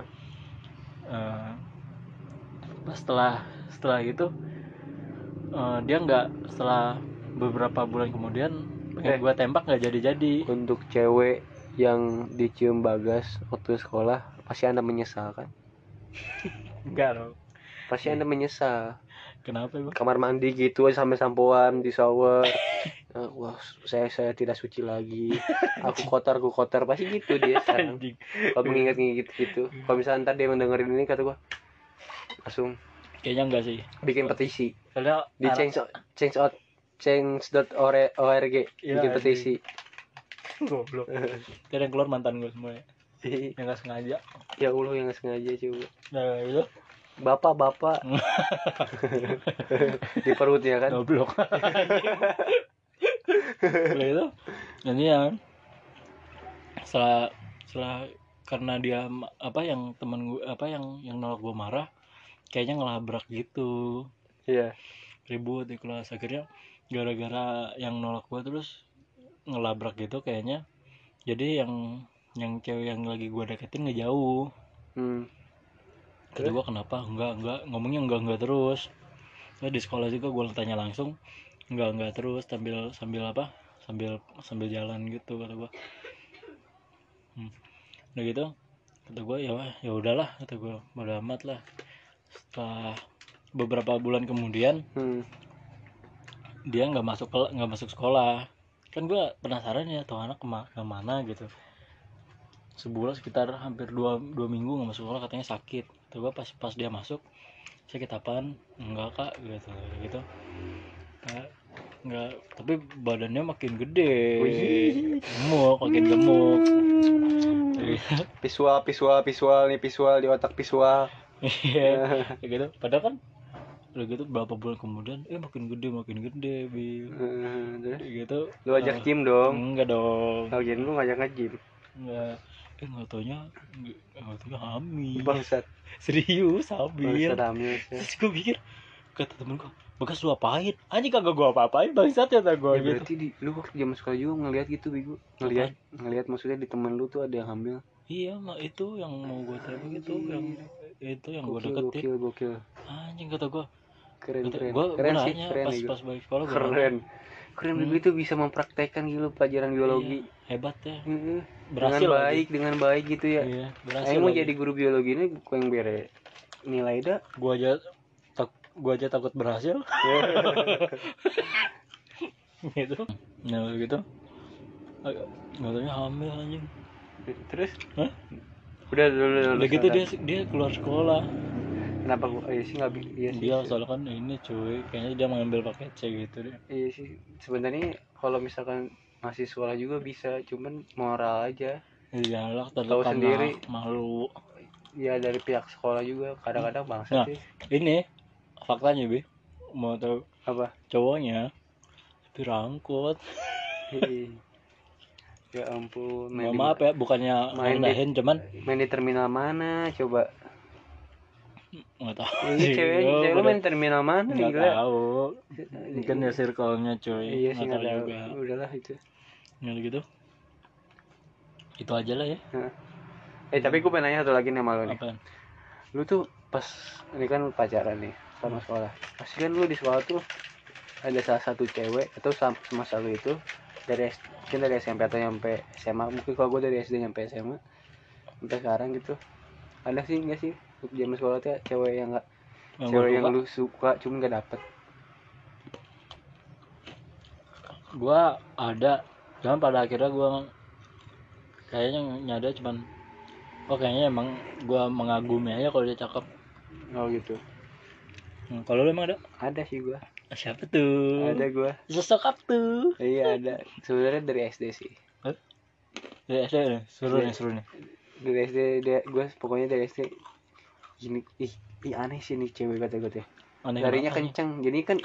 Pas setelah itu dia nggak, setelah beberapa bulan kemudian pengen gue tembak, nggak jadi. Untuk cewek yang dicium Bagas waktu sekolah, pasti Anda menyesal kan? Enggak dong. Pasti Anda menyesal. Kenapa bang? Kamar mandi gitu sampai sampoan di shower. Wah, saya tidak suci lagi. Aku kotor, pasti gitu dia sekarang. Kalau mengingat-ingat gitu. Kalau misalnya ntar dia mendengarin ini, kata gua langsung kayaknya enggak sih, bikin petisi. soalnya Di change.org bikin petisi. Goblok. Ada yang keluar mantan gue semua ya. Yang nggak sengaja. Ya Allah, yang nggak sengaja coba. Nah itu Bapak di perutnya kan. goblok. Nah itu ini ya, setelah karena dia apa, yang temen gue apa, yang nolak gue marah, kayaknya ngelabrak gitu. Iya. Ribut di kelas, akhirnya gara-gara yang nolak gue terus ngelabrak gitu kayaknya. Jadi yang cewek yang lagi gue deketin ngejauh. Kata gue kenapa? Enggak, ngomongnya enggak terus. Nah, di sekolah juga gue tanya langsung, enggak terus, sambil apa? Sambil jalan gitu kata gue. Udah gitu kata gue, ya udahlah, kata gue, bodo amat lah. setelah beberapa bulan kemudian dia nggak masuk sekolah. Kan gue penasaran ya tuh anak kemana gitu. Sebulan sekitar hampir dua minggu nggak masuk sekolah, katanya sakit. Coba pas dia masuk, sakit apaan? Enggak kak, gitu. Enggak, tapi badannya makin gede, makin gemuk. Visual di otak visual. Iya, kayak gitu. Padahal kan udah gitu berapa bulan kemudian makin gede Bil. Gitu Lu ajak gym dong. Enggak dong. Lagian lu ngajak nge-gym. Enggak. Nggak taunya hamil. Bangsat. Serius hamil. Bangsat hamil. Terus gue pikir, kata temen gue, Bagas lu apain? Anjing kagak gue apa-apain, bangsat ya gue Ya, gitu. berarti lu waktu zaman sekolah juga ngelihat gitu Bigu. Ngelihat maksudnya di temen lu tuh ada yang hamil. Iya, itu yang mau gue tembak yang gue deketin. Gokil. Anjing kata gue. Keren Gue sih, nanya keren pas balik sekolah gue keren begitu bisa mempraktekkan gitu pelajaran biologi. Iya, hebat ya. Berhasil dengan baik gitu ya. Iya, berhasil. Mau jadi guru biologi ini gue yang bere nilai dah. Gue aja takut berhasil. Gitu. Nah gitu. Nggak taunya hamil anjing. Terus? Hah? Udah gitu dia keluar sekolah. Kenapa sih nggak iya sih. Dia soalnya kan ini cuy, kayaknya dia mengambil paket C gitu deh. Iya sih, sebenarnya kalau misalkan masih sekolah juga bisa, cuman moral aja. Iyalah, tahu sendiri malu. Ya dari pihak sekolah juga kadang-kadang bangsa sih. Ini faktanya Bi, mau tahu apa? Cowoknya dirangkut. Ya ampun. Maaf ya, bukannya main cuman main di terminal mana coba? Nggak tahu. Cewek lu main terminal mana? Nggak tahu. Mungkin ya circle-nya cuy. Iya sih, nggak tahu juga. Udahlah itu. Ya gitu. Itu aja lah ya. Tapi gue pengen nanya satu lagi nih sama lu nih. Apaan? Lu tuh pas ini kan pacaran nih sama sekolah. Pasti kan lu di sekolah tuh ada salah satu cewek atau semasa lu itu mungkin dari SMP atau sampai SMA. Mungkin kalau gue dari SD sampai SMA sampai sekarang gitu. Ada sih nggak sih zaman sekolah tuh cewek yang lu suka cuma nggak dapet? Gua ada, cuman pada akhirnya gua kayaknya nyadar cuman kayaknya emang gua mengagumi aja kalau dia cakep. Oh gitu. Kalau lu emang ada? Ada sih gua. Siapa tuh? Ada gua. Sosok apa tuh? Iya ada. Sebenarnya dari SD sih. Dari SD nih, seru nih. Dari SD gua pokoknya dari SD gini, aneh sih nih cewek kata gue tuh. Larinya kenceng, jadi kan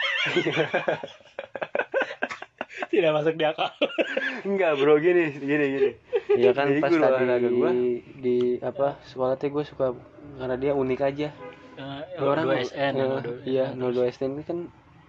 tidak masuk di akal. Enggak bro, gini. Iya kan pas tadi di apa sekolah tuh gue suka karena dia unik aja. Orang 2SN. Iya, 02 SN ini kan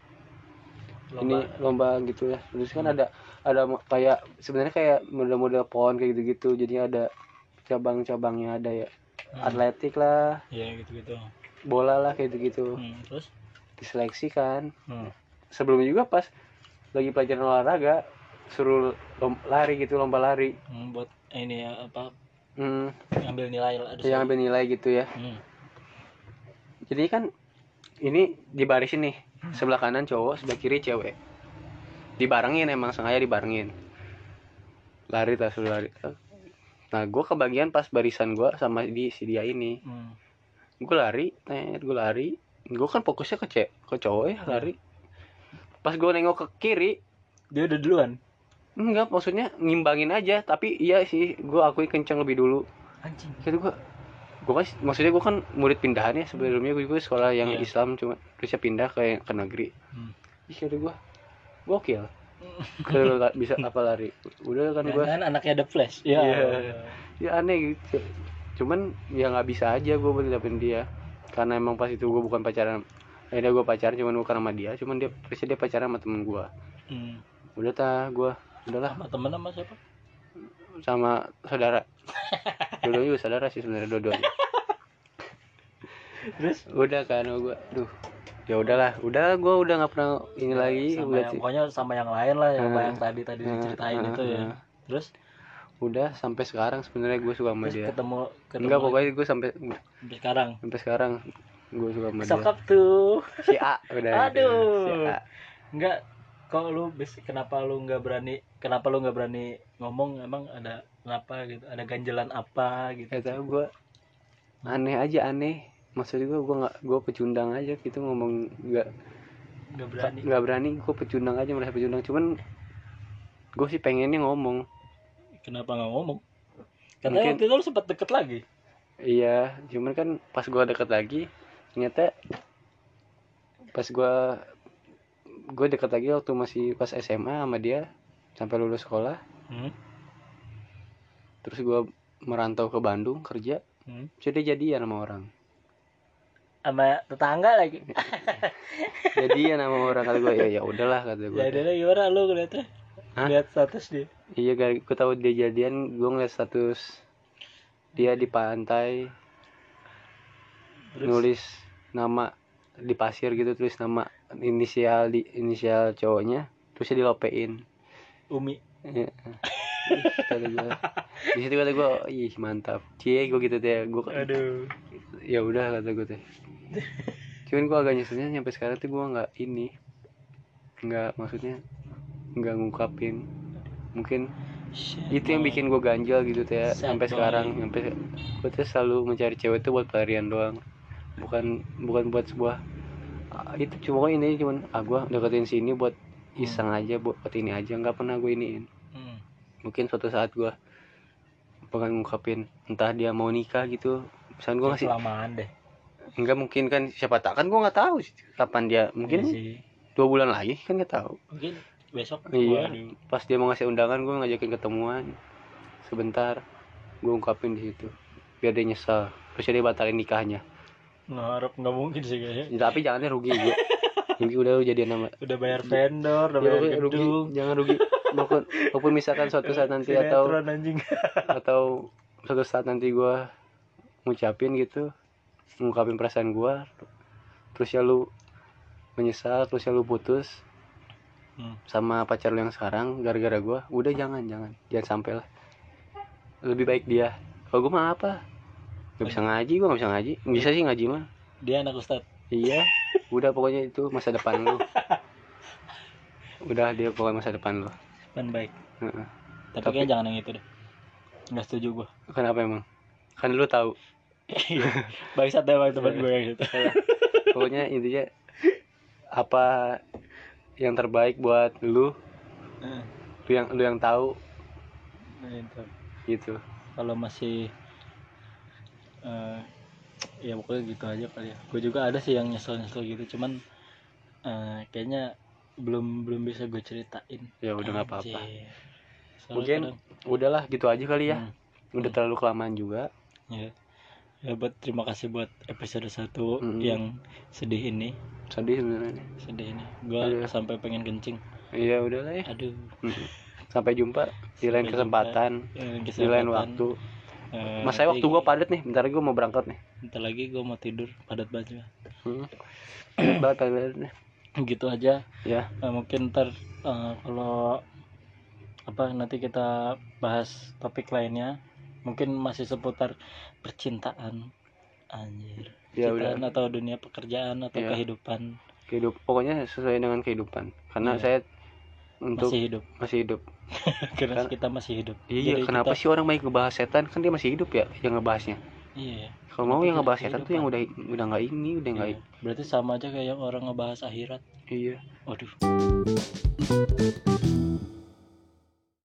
lomba gitu ya. Terus kan ada kayak sebenarnya kayak model-model pon kayak gitu-gitu. Jadi ada cabang-cabangnya, ada ya. Atletik lah. Iya gitu-gitu. Bola lah kayak gitu. Terus diseleksi kan. Sebelumnya juga pas lagi pelajaran olahraga suruh lomba lari. Buat ini ya apa? Ngambil nilai lah. Ngambil nilai gitu ya. Jadi kan ini dibarisin nih. Sebelah kanan cowok, sebelah kiri cewek. Dibarengin, emang sengaja dibarengin. Lari. Nah, gue kebagian pas barisan gue sama si dia ini. Gue lari. Gue kan fokusnya ke cowok ya, lari. Pas gue nengok ke kiri, dia udah duluan. Enggak, maksudnya ngimbangin aja. Tapi iya sih, gue akui kenceng lebih dulu. Anjing. Gitu maksudnya gue kan murid pindahan ya. Sebelumnya gue sekolah yang Islam cuma terusnya pindah ke negeri. Kata gue, gokil. Kalau bisa apa lari, udah kan gue anaknya ada flash ya. Ya aneh gitu, cuman ya nggak bisa aja gue dapetin dia karena emang pas itu gue bukan pacaran. Akhirnya gue pacaran cuman bukan sama dia, cuman dia pacaran sama temen gue. Udahlah sama temen sama siapa? Sama saudara. Dua-duanya juga saudara sih sebenarnya, dua-duanya. Terus udah kan gue ya udahlah gue udah nggak pernah ini lagi pokoknya sama yang lain lah yang tadi diceritain itu ya. Terus udah sampai sekarang sebenarnya gue suka sama dia. Ketemu enggak, pokoknya gue sampai sekarang Gue suka sama dia. Sokap tuh. Si A udah. Aduh. Si A. Enggak, kok lu kenapa lu nggak berani ngomong, emang ada kenapa gitu, ada ganjelan apa gitu? Ya tahu gue aneh aja, aneh. Maksud gue gue pecundang aja gitu ngomong, nggak berani. Gue pecundang aja, merasa pecundang. Cuman gue sih pengennya ngomong. Kenapa nggak ngomong? Karena Mungkin, waktu itu lu sempat deket lagi. iya, cuman kan pas gue deket lagi, ternyata pas gue deket lagi waktu masih pas SMA sama dia sampai lulus sekolah. Terus gue merantau ke Bandung kerja. Sudah jadian sama orang. Sama tetangga lagi. Jadian sama orang, kata gue ya udahlah, kata gue. Jadi gimana lu ngeliatnya? Lihat status dia. Iya, gue tahu dia jadian, gue ngeliat status dia di pantai. Terus nulis nama di pasir gitu, tulis nama inisial cowoknya, terusnya dilopein Umi. Ya. Kata gue, di situ kata gue, ih mantap, cie gue gitu deh, gue. Aduh. Ya udah, kata gue teh. Cuman gue agak nyeselnya sampai sekarang tuh gue maksudnya nggak ngungkapin. Mungkin itu yang bikin gue ganjal gitu teh sampai sekarang. Sampai gue tuh selalu mencari cewek itu buat pelarian doang, bukan buat sebuah itu. Cuma ini cuman gue deketin sini buat iseng aja, buat ini aja, nggak pernah gue iniin. Mungkin suatu saat gue pengen ngungkapin, entah dia mau nikah gitu, misalnya gue ngasih kelamaan deh. Enggak, mungkin kan, siapa tak kan gue nggak tahu kapan dia, mungkin 2 bulan lagi kan, nggak tahu, mungkin besok. Iya. Pas dia mau ngasih undangan, gue ngajakin ketemuan sebentar, gue ungkapin di situ biar dia nyesel, terus dia batalin nikahnya. Ngarep nggak mungkin sih kayaknya. Tapi jangannya rugi gue. Rugi udah jadi nama. Udah bayar vendor, udah bayar gedung. Rugi, jangan rugi. Maupun misalkan suatu saat nanti atau suatu saat nanti gue ngucapin gitu, ngungkapin perasaan gue, terus ya lu menyesal, terus ya lu putus sama pacar lu yang sekarang gara-gara gue, udah jangan sampai lah. Lebih baik dia. Kalau gue mah apa? Gak bisa ngaji, gue gak bisa ngaji. Bisa sih ngaji mah. Dia anak ustad. Iya. Udah pokoknya itu masa depan lu. Udah, dia pokoknya masa depan lu. Depan baik. Tapi kayaknya jangan yang itu deh. Gak setuju gue. Kenapa emang? Kan lu tahu. Bangsat deh bang teman gue yang itu. Pokoknya intinya apa yang terbaik buat lu, lu yang tahu. Gitu. Kalau masih ya pokoknya gitu aja kali ya. Gue juga ada sih yang nyesel gitu, cuman kayaknya belum bisa gue ceritain. Ya udah nggak apa-apa. Mungkin udahlah gitu aja kali ya. Udah terlalu kelamaan juga. Ya buat terima kasih buat episode 1 yang sedih ini. Sedih sebenarnya. Sedih ini. Gue sampai pengen kencing. Iya udahlah ya. Aduh. Sampai jumpa di lain kesempatan, di lain waktu. Mas saya waktu gue padat nih, bentar lagi gue mau berangkat nih. Bentar lagi gue mau tidur, padat banget. Padat nih. Gitu aja. Ya. Mungkin ntar kalau nanti kita bahas topik lainnya, mungkin masih seputar percintaan, anjir. Ya udah. Atau dunia pekerjaan atau kehidupan. Pokoknya sesuai dengan kehidupan. Karena saya masih hidup. Karena kita masih hidup. Iya. Jadi kenapa sih orang baik ngebahas setan? Kan dia masih hidup ya yang ngebahasnya. Iya. Kalau mau yang ngebahas setan tuh yang udah nggak ini, udah nggak. Berarti sama aja kayak orang ngebahas akhirat. Iya. Waduh.